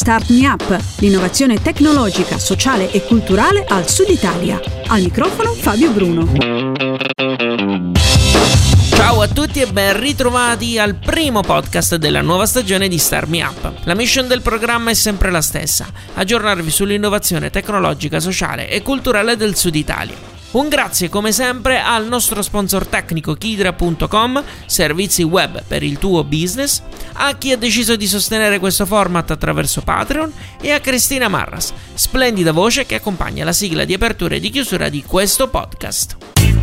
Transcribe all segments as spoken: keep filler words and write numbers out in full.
Start Me Up, l'innovazione tecnologica, sociale e culturale al Sud Italia. Al microfono Fabio Bruno. Ciao a tutti e ben ritrovati al primo podcast della nuova stagione di Start Me Up. La mission del programma è sempre la stessa: aggiornarvi sull'innovazione tecnologica, sociale e culturale del Sud Italia. Un grazie come sempre al nostro sponsor tecnico Kidra punto com, servizi web per il tuo business, a chi ha deciso di sostenere questo format attraverso Patreon e a Cristina Marras, splendida voce che accompagna la sigla di apertura e di chiusura di questo podcast.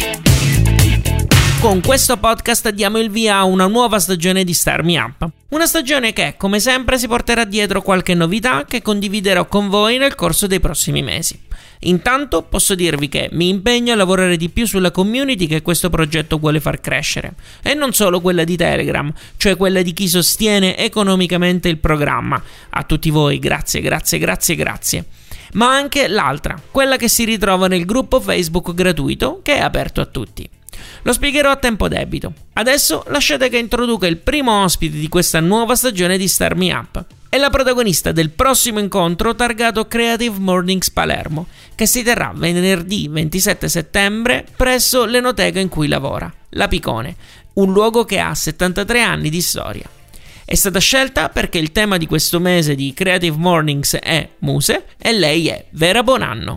Con questo podcast diamo il via a una nuova stagione di Start Me Up. Una stagione che, come sempre, si porterà dietro qualche novità che condividerò con voi nel corso dei prossimi mesi. Intanto posso dirvi che mi impegno a lavorare di più sulla community che questo progetto vuole far crescere, e non solo quella di Telegram, cioè quella di chi sostiene economicamente il programma. A tutti voi, grazie, grazie, grazie, grazie. Ma anche l'altra, quella che si ritrova nel gruppo Facebook gratuito che è aperto a tutti. Lo spiegherò a tempo debito. Adesso lasciate che introduca il primo ospite di questa nuova stagione di Start Me Up. È la protagonista del prossimo incontro targato Creative Mornings Palermo, che si terrà venerdì ventisette settembre presso l'enoteca in cui lavora, la Picone, un luogo che ha settantatré anni di storia. È stata scelta perché il tema di questo mese di Creative Mornings è Muse e lei è Vera Bonanno.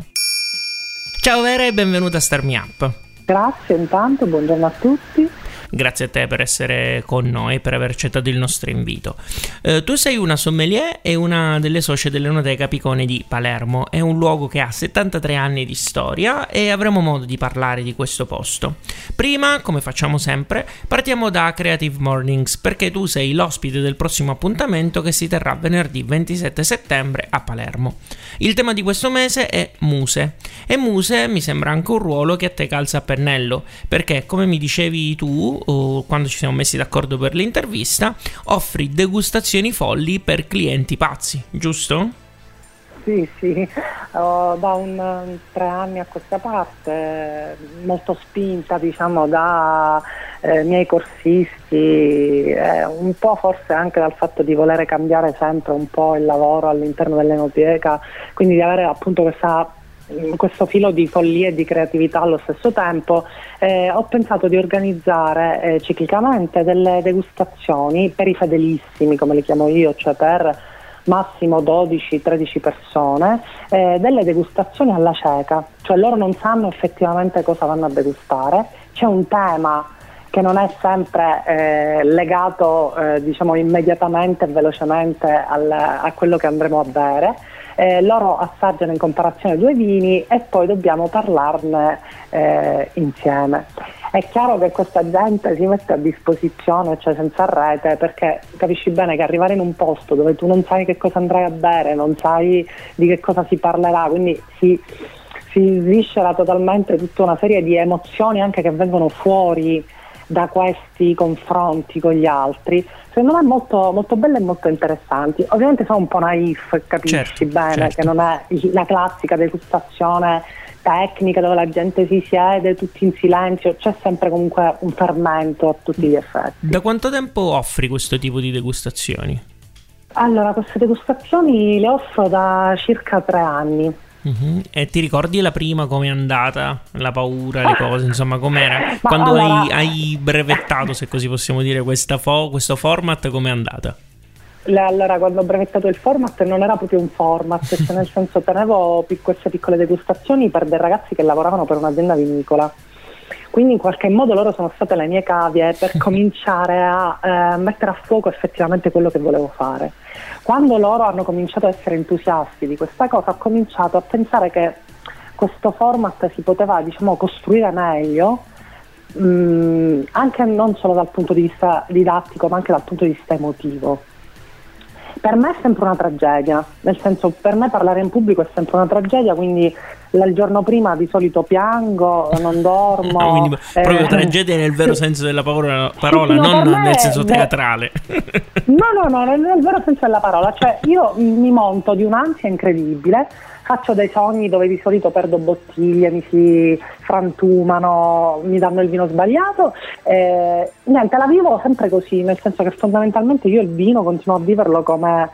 Ciao Vera e benvenuta a Start Me Up. Grazie intanto, buongiorno a tutti. Grazie a te per essere con noi, per aver accettato il nostro invito. Eh, tu sei una sommelier e una delle socie dell'Enoteca Picone di Palermo. È un luogo che ha settantatré anni di storia e avremo modo di parlare di questo posto. Prima, come facciamo sempre, partiamo da Creative Mornings, perché tu sei l'ospite del prossimo appuntamento che si terrà venerdì ventisette settembre a Palermo. Il tema di questo mese è Muse, e Muse mi sembra anche un ruolo che a te calza a pennello, perché come mi dicevi tu, o quando ci siamo messi d'accordo per l'intervista, offri degustazioni folli per clienti pazzi, giusto? Sì, sì, oh, da un tre anni a questa parte, molto spinta diciamo da eh, miei corsisti, eh, un po' forse anche dal fatto di volere cambiare sempre un po' il lavoro all'interno dell'enoteca, quindi di avere appunto questa questo filo di follia e di creatività allo stesso tempo. Eh, ho pensato di organizzare eh, ciclicamente delle degustazioni per i fedelissimi, come li chiamo io, cioè per massimo dodici tredici persone, eh, delle degustazioni alla cieca, cioè loro non sanno effettivamente cosa vanno a degustare, c'è un tema che non è sempre eh, legato eh, diciamo immediatamente e velocemente al, a quello che andremo a bere. Eh, loro assaggiano in comparazione due vini e poi dobbiamo parlarne eh, insieme. È chiaro che questa gente si mette a disposizione, cioè senza rete, perché capisci bene che arrivare in un posto dove tu non sai che cosa andrai a bere, non sai di che cosa si parlerà, quindi si, si sviscera totalmente tutta una serie di emozioni anche che vengono fuori da questi confronti con gli altri, secondo me molto, molto belle e molto interessanti. Ovviamente sono un po' naif, capisci certo, bene certo. Che non è la classica degustazione tecnica dove la gente si siede tutti in silenzio, c'è sempre comunque un fermento a tutti gli effetti. Da quanto tempo offri questo tipo di degustazioni? Allora, queste degustazioni le offro da circa tre anni. Uh-huh. E ti ricordi la prima, come è andata? La paura, le cose, insomma, com'era? Ma quando allora... hai, hai brevettato, se così possiamo dire, questa fo- questo format, com'è andata? Le, allora, quando ho brevettato il format non era proprio un format, cioè nel senso tenevo pic- queste piccole degustazioni per dei ragazzi che lavoravano per un'azienda vinicola. Quindi in qualche modo loro sono state le mie cavie per cominciare a eh, mettere a fuoco effettivamente quello che volevo fare. Quando loro hanno cominciato a essere entusiasti di questa cosa, ho cominciato a pensare che questo format si poteva, diciamo, costruire meglio, mh, anche non solo dal punto di vista didattico, ma anche dal punto di vista emotivo. Per me è sempre una tragedia, nel senso, per me parlare in pubblico è sempre una tragedia, quindi il giorno prima di solito piango, non dormo. No, quindi eh, proprio tragedia nel vero senso della parola, parola sì, no, non me, nel senso beh, teatrale. No, no, no, nel, nel vero senso della parola, cioè io mi monto di un'ansia incredibile, faccio dei sogni dove di solito perdo bottiglie, mi si frantumano, mi danno il vino sbagliato, eh, niente, la vivo sempre così, nel senso che fondamentalmente io il vino continuo a viverlo come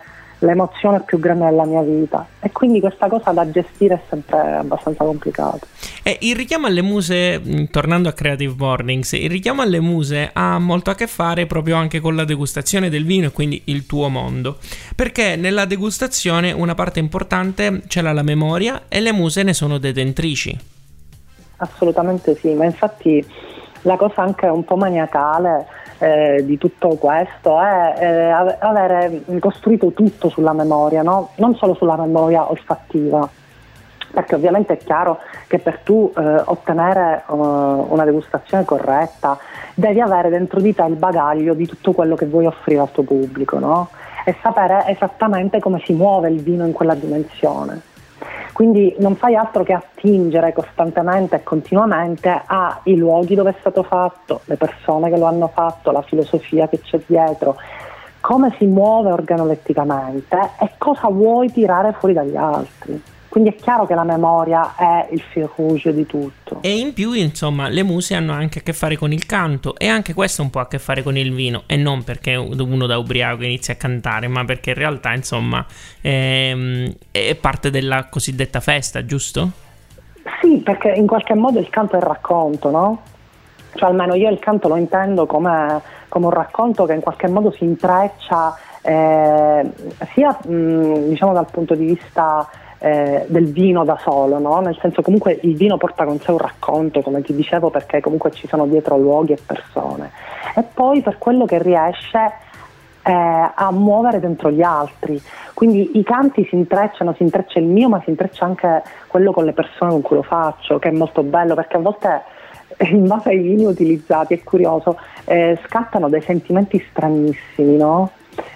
l'emozione più grande della mia vita, e quindi questa cosa da gestire è sempre abbastanza complicata. E il richiamo alle muse, tornando a Creative Mornings, il richiamo alle muse ha molto a che fare proprio anche con la degustazione del vino e quindi il tuo mondo, perché nella degustazione una parte importante ce l'ha la memoria e le muse ne sono detentrici. Assolutamente sì, ma infatti la cosa anche un po' maniacale eh, di tutto questo è eh, avere costruito tutto sulla memoria, no? Non solo sulla memoria olfattiva, perché ovviamente è chiaro che per tu eh, ottenere uh, una degustazione corretta devi avere dentro di te il bagaglio di tutto quello che vuoi offrire al tuo pubblico, no? E sapere esattamente come si muove il vino in quella dimensione. Quindi non fai altro che attingere costantemente e continuamente ai luoghi dove è stato fatto, le persone che lo hanno fatto, la filosofia che c'è dietro, come si muove organoletticamente e cosa vuoi tirare fuori dagli altri. Quindi è chiaro che la memoria è il fil rouge di tutto. E in più, insomma, le muse hanno anche a che fare con il canto, e anche questo un po' a che fare con il vino, e non perché uno da ubriaco inizia a cantare, ma perché in realtà, insomma, è, è parte della cosiddetta festa, giusto? Sì, perché in qualche modo il canto è il racconto, no? Cioè almeno io il canto lo intendo come, come un racconto che in qualche modo si intreccia eh, sia mh, diciamo dal punto di vista Eh, del vino da solo, no? Nel senso, comunque il vino porta con sé un racconto, come ti dicevo, perché comunque ci sono dietro luoghi e persone, e poi per quello che riesce eh, a muovere dentro gli altri. Quindi i canti si intrecciano, si intreccia il mio, ma si intreccia anche quello con le persone con cui lo faccio, che è molto bello, perché a volte in base ai vini utilizzati, è curioso, eh, scattano dei sentimenti stranissimi, no?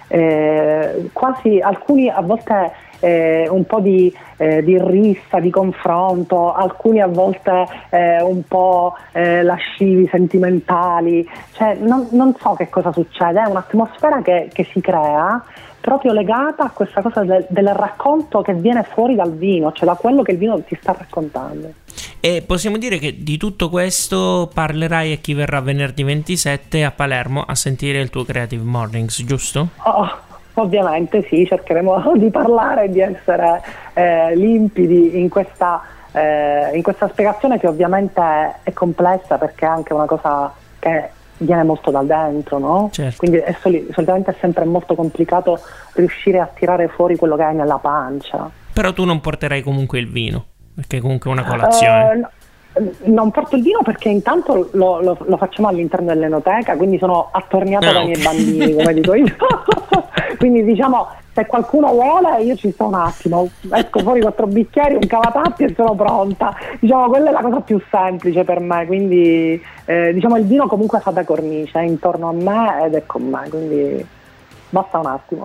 Eh, quasi alcuni a volte Eh, un po' di, eh, di rissa, di confronto, alcuni a volte eh, un po' eh, lascivi, sentimentali, cioè non, non so che cosa succede, è un'atmosfera che, che si crea proprio legata a questa cosa del, del racconto che viene fuori dal vino, cioè da quello che il vino ti sta raccontando. E possiamo dire che di tutto questo parlerai a chi verrà venerdì ventisette a Palermo a sentire il tuo Creative Mornings, giusto? Oh. Ovviamente sì, cercheremo di parlare e di essere eh, limpidi in questa, eh, in questa spiegazione, che ovviamente è complessa, perché è anche una cosa che viene molto da dentro, no? Certo. Quindi è soli- solitamente è sempre molto complicato riuscire a tirare fuori quello che hai nella pancia. Però tu non porterai comunque il vino, perché comunque è una colazione. Uh, no. Non porto il vino perché intanto lo, lo, lo facciamo all'interno dell'enoteca, quindi sono attorniata ah, dai okay. miei bambini, come dico io. Quindi diciamo, se qualcuno vuole, io ci sto un attimo, esco fuori quattro bicchieri, un cavatappi e sono pronta. Diciamo, quella è la cosa più semplice per me, quindi eh, diciamo il vino comunque fa da cornice, è intorno a me ed è con me, quindi basta un attimo.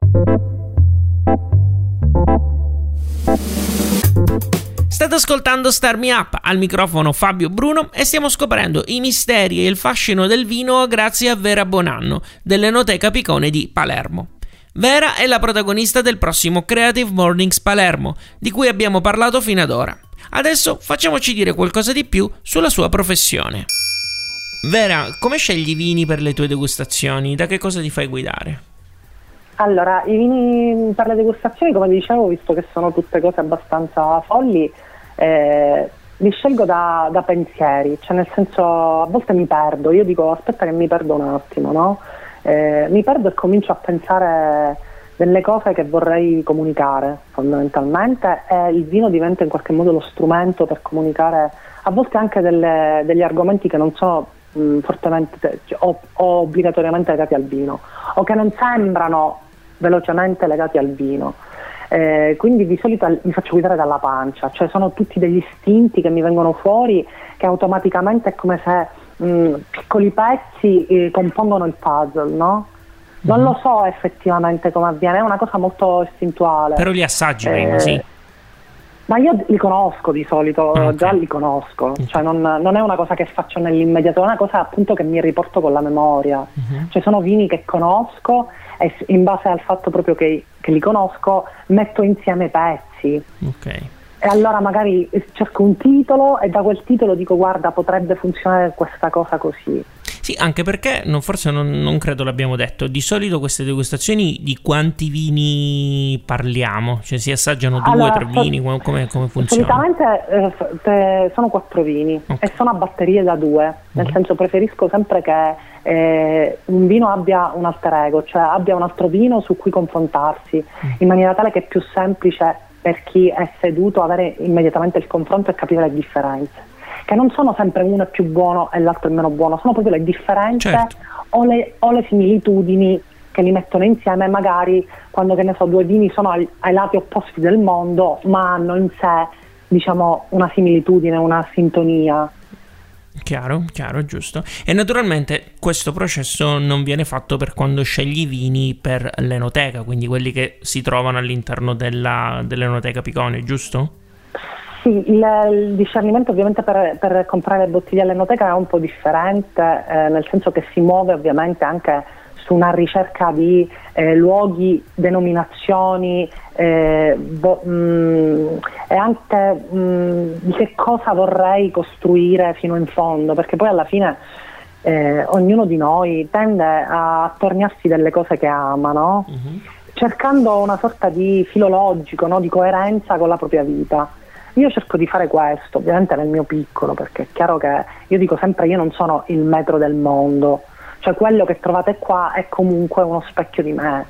State ascoltando Start Me Up, al microfono Fabio Bruno, e stiamo scoprendo i misteri e il fascino del vino grazie a Vera Bonanno dell'Enoteca Picone di Palermo. Vera è la protagonista del prossimo Creative Mornings Palermo, di cui abbiamo parlato fino ad ora. Adesso facciamoci dire qualcosa di più sulla sua professione. Vera, come scegli i vini per le tue degustazioni? Da che cosa ti fai guidare? Allora, i vini per le degustazioni, come dicevo, visto che sono tutte cose abbastanza folli, eh, li scelgo da, da pensieri, cioè nel senso, a volte mi perdo, io dico aspetta che mi perdo un attimo, no? Eh, mi perdo e comincio a pensare delle cose che vorrei comunicare fondamentalmente, e il vino diventa in qualche modo lo strumento per comunicare a volte anche delle, degli argomenti che non sono mh, fortemente cioè, o, o obbligatoriamente legati al vino, o che non sembrano velocemente legati al vino. Eh, quindi di solito mi faccio guidare dalla pancia, cioè sono tutti degli istinti che mi vengono fuori, che automaticamente è come se mh, piccoli pezzi eh, compongono il puzzle, no? Non mm-hmm. lo so effettivamente come avviene, è una cosa molto istintuale. Però li assaggi prima, eh, sì. Ma io li conosco di solito, okay. già li conosco, okay. cioè non, non è una cosa che faccio nell'immediato, è una cosa appunto che mi riporto con la memoria, uh-huh. cioè sono vini che conosco e in base al fatto proprio che, che li conosco metto insieme i pezzi. Okay. E allora magari cerco un titolo e da quel titolo dico guarda potrebbe funzionare questa cosa così. Sì, Sì, anche perché non, forse non, non credo l'abbiamo detto, di solito queste degustazioni di quanti vini parliamo? Cioè si assaggiano due, allora, tre vini, come, come funziona? Solitamente eh, te, sono quattro vini, okay, e sono a batterie da due, nel mm. senso preferisco sempre che eh, un vino abbia un alter ego, cioè abbia un altro vino su cui confrontarsi, mm. in maniera tale che è più semplice per chi è seduto avere immediatamente il confronto e capire le differenze, che non sono sempre uno è più buono e l'altro è meno buono, sono proprio le differenze, certo, o, le, o le similitudini che li mettono insieme, magari quando, che ne so, due vini sono ai, ai lati opposti del mondo ma hanno in sé, diciamo, una similitudine, una sintonia. Chiaro, chiaro, giusto. E naturalmente questo processo non viene fatto per quando scegli i vini per l'enoteca, quindi quelli che si trovano all'interno della, dell'enoteca Picone, giusto? Sì, il, il discernimento ovviamente per, per comprare le bottiglie all'enoteca è un po' differente, eh, nel senso che si muove ovviamente anche su una ricerca di eh, luoghi, denominazioni eh, bo, mh, e anche mh, di che cosa vorrei costruire fino in fondo, perché poi alla fine eh, ognuno di noi tende a attorniarsi delle cose che ama, no? Mm-hmm. Cercando una sorta di filologico, no? Di coerenza con la propria vita. Io cerco di fare questo, ovviamente nel mio piccolo, perché è chiaro che io dico sempre io non sono il metro del mondo, cioè quello che trovate qua è comunque uno specchio di me.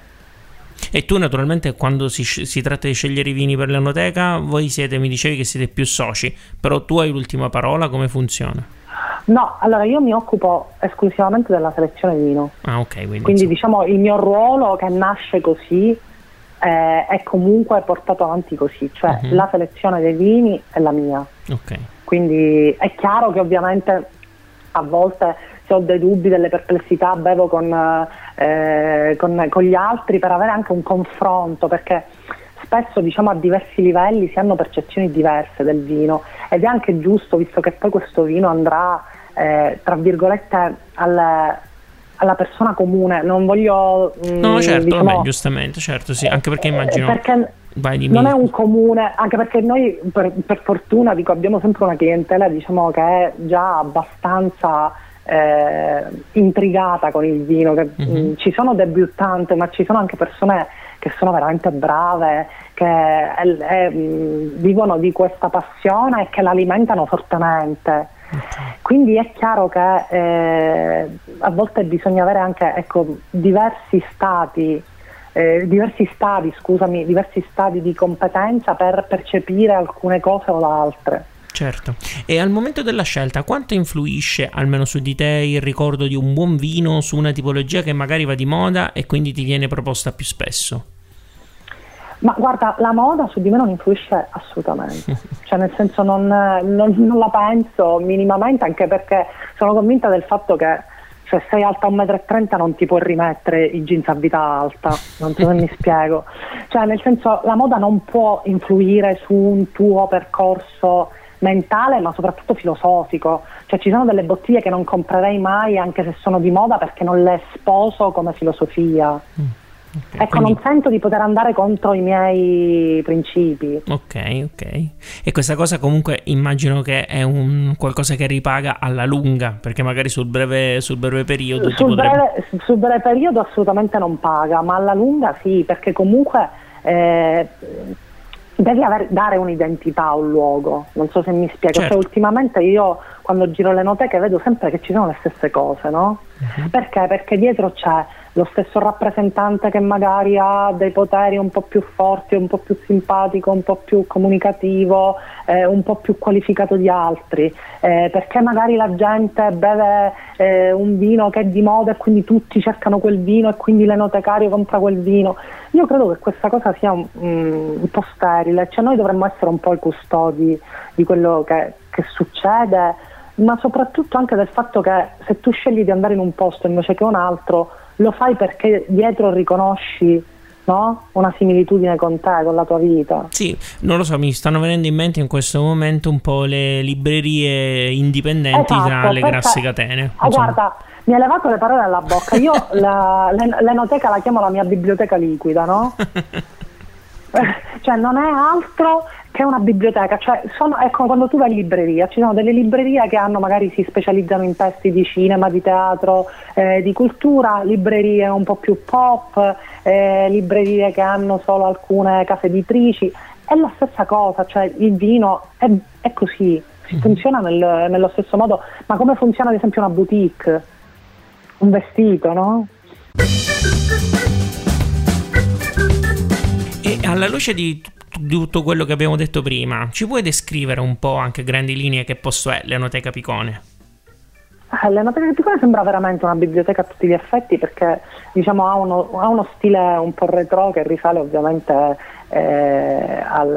E tu naturalmente quando si, si tratta di scegliere i vini per l'enoteca, voi siete, mi dicevi che siete più soci, però tu hai l'ultima parola, come funziona? No, allora io mi occupo esclusivamente della selezione vino. Ah, ok. Quindi, quindi diciamo il mio ruolo che nasce così eh, è comunque portato avanti così, cioè uh-huh. la selezione dei vini è la mia. Ok. Quindi è chiaro che ovviamente a volte se ho dei dubbi, delle perplessità, bevo con, eh, con, con gli altri per avere anche un confronto, perché spesso diciamo a diversi livelli si hanno percezioni diverse del vino ed è anche giusto, visto che poi questo vino andrà eh, tra virgolette al, alla persona comune, non voglio mh, no certo, diciamo, vabbè, giustamente, certo, sì, anche perché immagino perché vai, non è un comune, anche perché noi per, per fortuna dico abbiamo sempre una clientela diciamo che è già abbastanza eh, intrigata con il vino, che, mm-hmm. mh, ci sono debuttanti ma ci sono anche persone che sono veramente brave, che è, è, mh, vivono di questa passione e che l'alimentano fortemente. Okay. Quindi è chiaro che eh, a volte bisogna avere anche ecco, diversi stati, eh, diversi stadi, scusami, diversi stadi di competenza per percepire alcune cose o altre. Certo. E al momento della scelta, quanto influisce, almeno su di te, il ricordo di un buon vino su una tipologia che magari va di moda e quindi ti viene proposta più spesso? Ma guarda, la moda su di me non influisce assolutamente, cioè nel senso non, non, non la penso minimamente, anche perché sono convinta del fatto che se sei alta un metro e trenta non ti puoi rimettere i jeans a vita alta, non so se mi spiego, cioè nel senso la moda non può influire su un tuo percorso mentale ma soprattutto filosofico, cioè ci sono delle bottiglie che non comprerei mai anche se sono di moda perché non le sposo come filosofia. Mm. Okay, ecco, quindi non sento di poter andare contro i miei principi. Ok, ok. E questa cosa comunque immagino che è un qualcosa che ripaga alla lunga, perché magari sul breve, sul breve periodo sul, potrebbe... breve, sul breve periodo assolutamente non paga, ma alla lunga sì, perché comunque eh, devi aver, dare un'identità a un luogo, non so se mi spiego. Certo. Cioè, ultimamente io quando giro le enoteche vedo sempre che ci sono le stesse cose, no? Uh-huh. Perché? Perché dietro c'è lo stesso rappresentante che magari ha dei poteri un po' più forti, un po' più simpatico, un po' più comunicativo, eh, un po' più qualificato di altri, eh, perché magari la gente beve eh, un vino che è di moda e quindi tutti cercano quel vino e quindi l'enotecario compra quel vino. Io credo che questa cosa sia un, un po' sterile, cioè noi dovremmo essere un po' i custodi di quello che, che succede, ma soprattutto anche del fatto che se tu scegli di andare in un posto invece che un altro lo fai perché dietro riconosci, no? Una similitudine con te, con la tua vita. Sì, non lo so, mi stanno venendo in mente in questo momento un po' le librerie indipendenti, esatto, tra le grasse catene. Ah, guarda, mi hai levato le parole dalla bocca. Io la, l'enoteca la chiamo la mia biblioteca liquida, no? Cioè non è altro che è una biblioteca, cioè sono, ecco, quando tu vai in libreria, ci sono delle librerie che hanno, magari si specializzano in testi di cinema, di teatro, eh, di cultura, librerie un po' più pop, eh, librerie che hanno solo alcune case editrici. È la stessa cosa, cioè il vino è, è così, si funziona nel, nello stesso modo, ma come funziona ad esempio una boutique, un vestito, no? E alla luce di di tutto quello che abbiamo detto prima, ci puoi descrivere un po' anche a grandi linee che posto è l'Enoteca Picone? Eh, L'Enoteca Picone sembra veramente una biblioteca a tutti gli effetti, perché diciamo ha uno, ha uno stile un po' retro che risale ovviamente eh, al,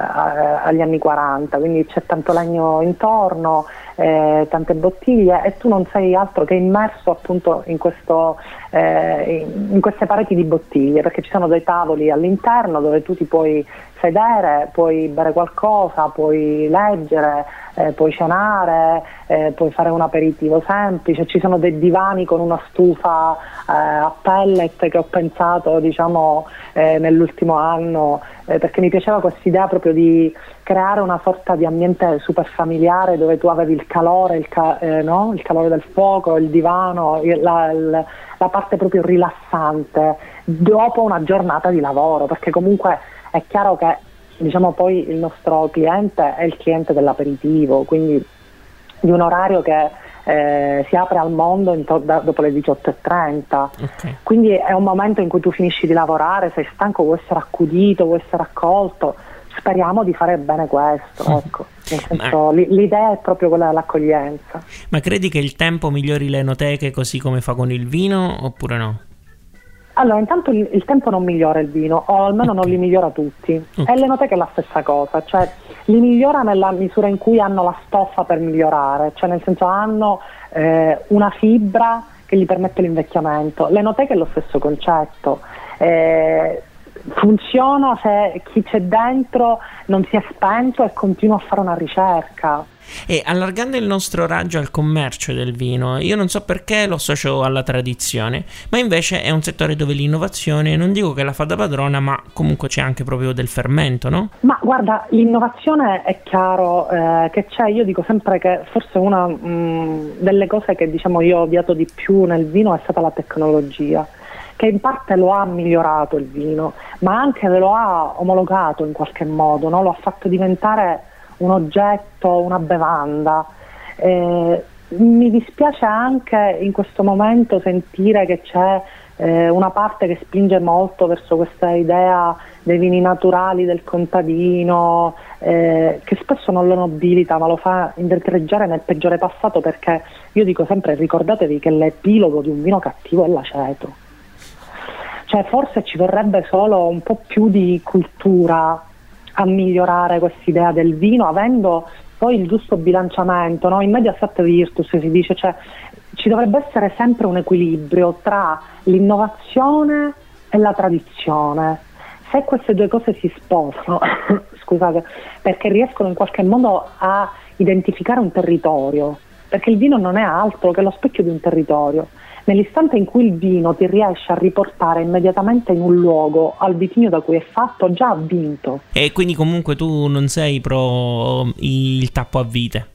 a, agli anni quaranta, quindi c'è tanto legno intorno, eh, tante bottiglie, e tu non sei altro che immerso appunto in, questo, eh, in, in queste pareti di bottiglie, perché ci sono dei tavoli all'interno dove tu ti puoi sedere, puoi bere qualcosa, puoi leggere, eh, puoi cenare, eh, puoi fare un aperitivo semplice. Ci sono dei divani con una stufa eh, a pellet che ho pensato diciamo eh, nell'ultimo anno, eh, perché mi piaceva questa idea proprio di creare una sorta di ambiente super familiare dove tu avevi il calore, il, ca- eh, no? il calore del fuoco, il divano, il, la, il, la parte proprio rilassante dopo una giornata di lavoro, perché comunque è chiaro che diciamo poi il nostro cliente è il cliente dell'aperitivo, quindi di un orario che eh, si apre al mondo into- da, dopo le diciotto e trenta, okay. Quindi è un momento in cui tu finisci di lavorare, sei stanco, vuoi essere accudito, vuoi essere accolto. Speriamo di fare bene questo, ecco. Nel senso, ma, l'idea è proprio quella dell'accoglienza. Ma credi che il tempo migliori le enoteche così come fa con il vino, oppure no? Allora, intanto il, il tempo non migliora il vino, o almeno okay. non li migliora tutti. Okay. E le enoteche è la stessa cosa, cioè li migliora nella misura in cui hanno la stoffa per migliorare, cioè nel senso hanno eh, una fibra che gli permette l'invecchiamento. Le enoteche è lo stesso concetto. Eh, funziona se chi c'è dentro non si è spento e continua a fare una ricerca. E allargando il nostro raggio al commercio del vino, io non so perché lo associo alla tradizione, ma invece è un settore dove l'innovazione, non dico che la fa da padrona, ma comunque c'è anche proprio del fermento, no? Ma guarda, l'innovazione è chiaro eh, che c'è. Io dico sempre che forse una mh, delle cose che diciamo io ho odiato di più nel vino è stata la tecnologia, che in parte lo ha migliorato il vino, ma anche lo ha omologato in qualche modo, no? Lo ha fatto diventare un oggetto, una bevanda. Eh, mi dispiace anche in questo momento sentire che c'è eh, una parte che spinge molto verso questa idea dei vini naturali del contadino, eh, che spesso non lo nobilita, ma lo fa indietreggiare nel peggiore passato, perché io dico sempre: ricordatevi che l'epilogo di un vino cattivo è l'aceto. Cioè forse ci vorrebbe solo un po' più di cultura a migliorare quest'idea del vino, avendo poi il giusto bilanciamento, no? In media stat virtus si dice, cioè ci dovrebbe essere sempre un equilibrio tra l'innovazione e la tradizione. Se queste due cose si sposano, scusate, perché riescono in qualche modo a identificare un territorio, perché il vino non è altro che lo specchio di un territorio. Nell'istante in cui il vino ti riesce a riportare immediatamente in un luogo al vitigno da cui è fatto, già ha vinto. E quindi comunque tu non sei pro il tappo a vite?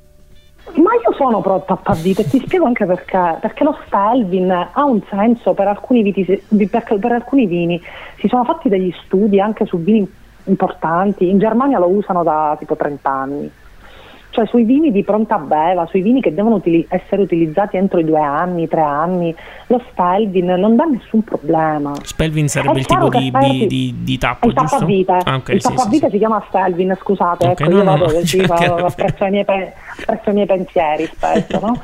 Ma io sono pro tappo a vite, e ti spiego anche perché. Perché lo Stelvin ha un senso per alcuni, viti, per, per alcuni vini. Si sono fatti degli studi anche su vini importanti. In Germania lo usano da tipo trenta anni. Cioè sui vini di pronta beva, sui vini che devono utili- essere utilizzati entro i due anni, tre anni, lo Stelvin non dà nessun problema. Stelvin sarebbe è il tipo di, esperti... di, di tappo, il giusto? Tappo a vite. Ah, okay, il sì, tappo sì, a vite sì. Si chiama Stelvin, scusate, okay, ecco, no, io vado no, così, vado presso i miei, pe- presso i miei pensieri spesso, no?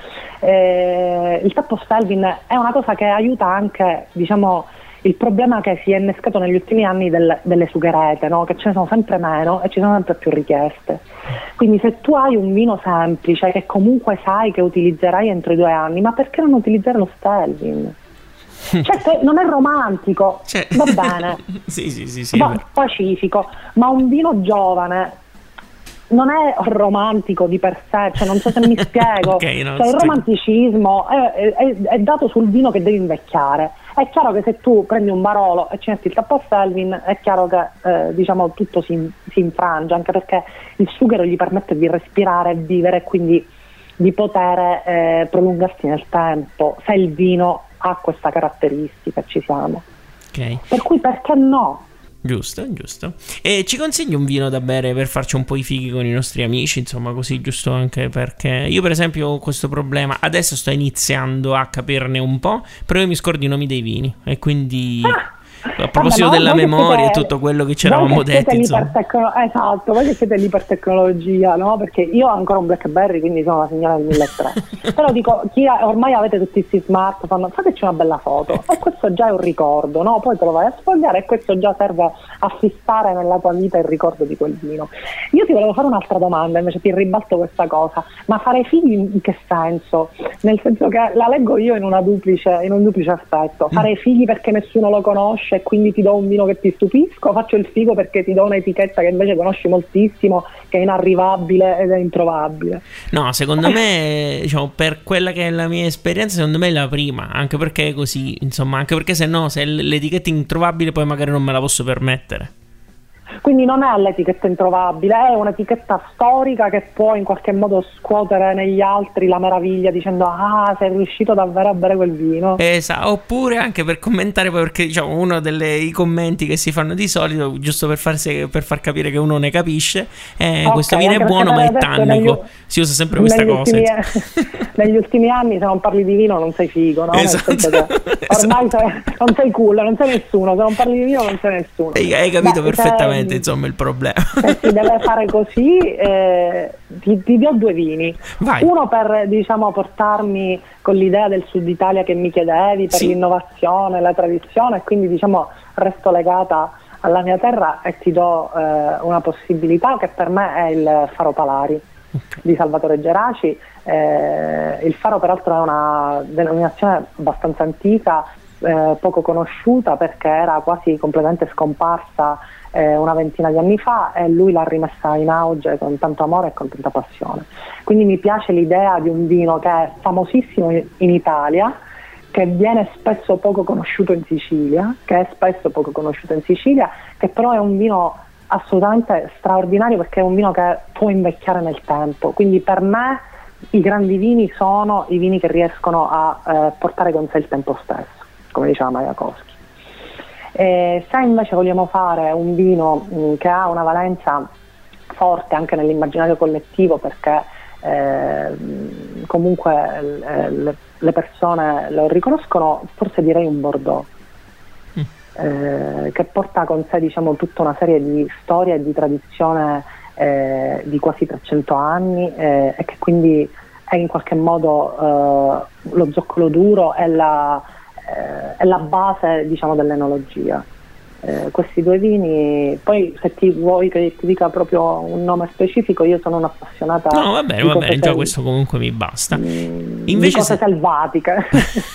eh, il tappo Stelvin è una cosa che aiuta anche, diciamo, il problema che si è innescato negli ultimi anni del, delle sugherete, no? Che ce ne sono sempre meno e ci sono sempre più richieste. Quindi se tu hai un vino semplice che comunque sai che utilizzerai entro i due anni, ma perché non utilizzare lo Stelvin? Cioè, non è romantico, cioè, va bene, sì, sì, sì, sì, va, pacifico, ma un vino giovane non è romantico di per sé, cioè non so se mi spiego. Okay, no, cioè, il romanticismo è, è, è dato sul vino che deve invecchiare. È chiaro che se tu prendi un Barolo e ci metti il tappo Selvin, è chiaro che eh, diciamo tutto si, si infrange, anche perché il sughero gli permette di respirare e vivere, e quindi di poter eh, prolungarsi nel tempo, se il vino ha questa caratteristica, ci siamo. Okay. Per cui perché no? Giusto, giusto. E ci consigli un vino da bere per farci un po' i fighi con i nostri amici, insomma, così, giusto, anche perché io per esempio ho questo problema, adesso sto iniziando a capirne un po', però io mi scordo i nomi dei vini e quindi... Ah. A proposito Vabbè, della memoria e tutto quello che ci eravamo detti, tecno- esatto, voi che siete l'ipertecnologia, no? Perché io ho ancora un BlackBerry, quindi sono una signora del milletrecento. Però dico, chi ha, ormai avete tutti questi smartphone, fateci una bella foto, e questo già è un ricordo, no? Poi te lo vai a sfogliare e questo già serve a fissare nella tua vita il ricordo di quel vino. Io ti volevo fare un'altra domanda, invece ti ribalto questa cosa, ma fare figli in che senso? Nel senso che la leggo io in una duplice, in un duplice aspetto, fare figli perché nessuno lo conosce e quindi ti do un vino che ti stupisco, faccio il figo perché ti do un'etichetta che invece conosci moltissimo, che è inarrivabile ed è introvabile. No, secondo me, diciamo, per quella che è la mia esperienza, secondo me è la prima, anche perché è così, insomma, anche perché se no, se l'etichetta è introvabile poi magari non me la posso permettere. Quindi non è l'etichetta introvabile, è un'etichetta storica che può in qualche modo scuotere negli altri la meraviglia dicendo ah, sei riuscito davvero a bere quel vino. Esatto, oppure anche per commentare, perché diciamo uno dei commenti che si fanno di solito, giusto per, farsi, per far capire che uno ne capisce, è okay, questo vino è buono ma è tannico, negli, si usa sempre questa cosa. Ultimi, negli ultimi anni se non parli di vino non sei figo, no? Esatto. Ormai esatto. sei, non sei cool, non sei nessuno, se non parli di vino non sei nessuno. Hai, hai capito Beh, perfettamente. Insomma il problema, se si deve fare così, eh, ti, ti do due vini. Vai. Uno per diciamo portarmi con l'idea del Sud Italia che mi chiedevi, per sì. l'innovazione, la tradizione, e quindi diciamo resto legata alla mia terra e ti do eh, una possibilità che per me è il Faro Palari okay. di Salvatore Geraci. Eh, il Faro peraltro è una denominazione abbastanza antica, eh, poco conosciuta perché era quasi completamente scomparsa Eh, una ventina di anni fa, e lui l'ha rimessa in auge con tanto amore e con tanta passione. Quindi mi piace l'idea di un vino che è famosissimo in Italia, che viene spesso poco conosciuto in Sicilia, che è spesso poco conosciuto in Sicilia, che però è un vino assolutamente straordinario perché è un vino che può invecchiare nel tempo. Quindi per me i grandi vini sono i vini che riescono a eh, portare con sé il tempo stesso, come diceva Majakowski. E se invece vogliamo fare un vino mh, che ha una valenza forte anche nell'immaginario collettivo, perché eh, comunque eh, le, le persone lo riconoscono, forse direi un Bordeaux, mm. eh, che porta con sé diciamo tutta una serie di storie e di tradizione eh, di quasi trecento anni eh, e che quindi è in qualche modo eh, lo zoccolo duro e la è la base diciamo dell'enologia. Eh, questi due vini, poi se ti vuoi che ti dica proprio un nome specifico, io sono un'appassionata. No, va bene, va bene, già questo comunque mi basta. Mh, invece di cose se... selvatiche.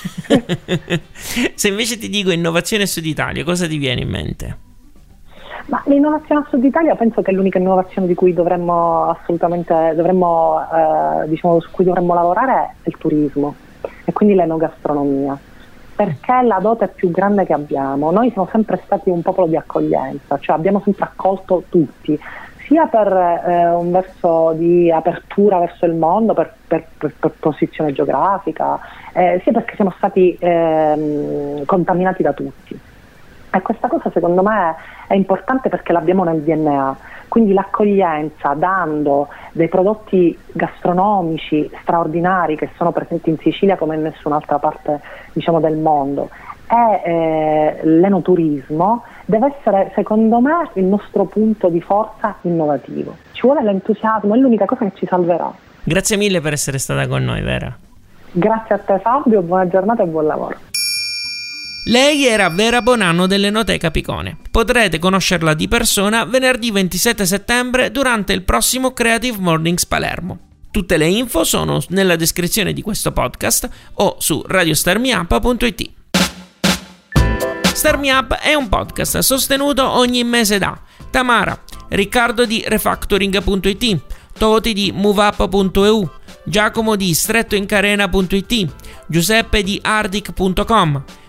Se invece ti dico innovazione Sud Italia, cosa ti viene in mente? Ma l'innovazione a Sud Italia penso che è l'unica innovazione di cui dovremmo assolutamente dovremmo eh, diciamo su cui dovremmo lavorare è il turismo e quindi l'enogastronomia. Perché la dote più grande che abbiamo, noi siamo sempre stati un popolo di accoglienza, cioè abbiamo sempre accolto tutti, sia per eh, un verso di apertura verso il mondo, per, per, per, per posizione geografica, eh, sia perché siamo stati eh, contaminati da tutti. E questa cosa secondo me è importante perché l'abbiamo nel D N A, quindi l'accoglienza, dando dei prodotti gastronomici straordinari che sono presenti in Sicilia come in nessun'altra parte diciamo del mondo, e eh, l'enoturismo deve essere secondo me il nostro punto di forza innovativo. Ci vuole l'entusiasmo, è l'unica cosa che ci salverà. Grazie mille per essere stata con noi, Vera. Grazie a te Fabio, buona giornata e buon lavoro. Lei era Vera Bonanno dell'Enoteca Picone. Potrete conoscerla di persona venerdì ventisette settembre durante il prossimo Creative Mornings Palermo. Tutte le info sono nella descrizione di questo podcast o su radio starmiup punto it. Star Me Up è un podcast sostenuto ogni mese da Tamara, Riccardo di refactoring punto it, Toti di moveup punto e u, Giacomo di strettoincarena punto it, Giuseppe di ardic punto com,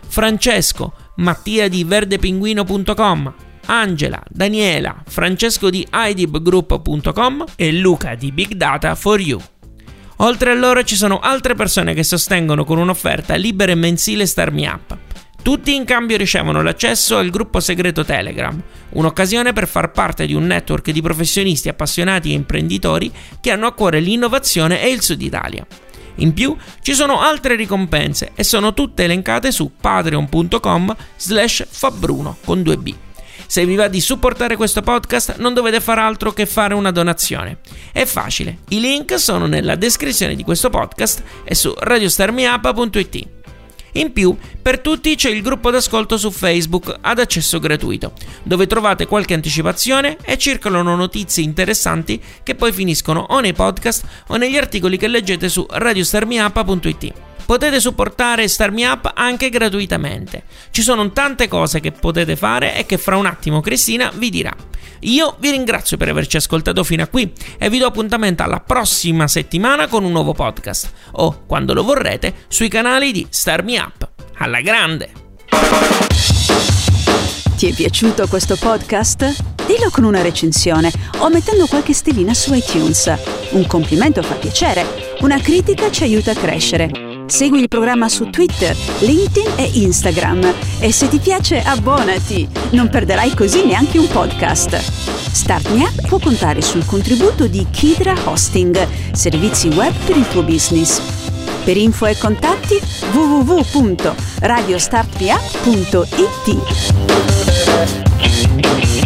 Francesco, Mattia di verdepinguino punto com, Angela, Daniela, Francesco di i d i b group punto com e Luca di Big Data for You. Oltre a loro ci sono altre persone che sostengono con un'offerta libera e mensile StarMeUp. Tutti in cambio ricevono l'accesso al gruppo segreto Telegram, un'occasione per far parte di un network di professionisti appassionati e imprenditori che hanno a cuore l'innovazione e il Sud Italia. In più ci sono altre ricompense e sono tutte elencate su patreon punto com slash fabbruno con due b. Se vi va di supportare questo podcast non dovete fare altro che fare una donazione. È facile, i link sono nella descrizione di questo podcast e su radio starmiup punto it. In più, per tutti c'è il gruppo d'ascolto su Facebook ad accesso gratuito, dove trovate qualche anticipazione e circolano notizie interessanti che poi finiscono o nei podcast o negli articoli che leggete su radio starmiup punto it. Potete supportare StarMeUp anche gratuitamente. Ci sono tante cose che potete fare e che fra un attimo Cristina vi dirà. Io vi ringrazio per averci ascoltato fino a qui e vi do appuntamento alla prossima settimana con un nuovo podcast o, quando lo vorrete, sui canali di StarMeUp. Alla grande! Ti è piaciuto questo podcast? Dillo con una recensione o mettendo qualche stellina su iTunes. Un complimento fa piacere, una critica ci aiuta a crescere. Segui il programma su Twitter, LinkedIn e Instagram e se ti piace abbonati, non perderai così neanche un podcast. StartMeUp può contare sul contributo di Kidra Hosting, servizi web per il tuo business. Per info e contatti w w w punto radio startmeUp punto it.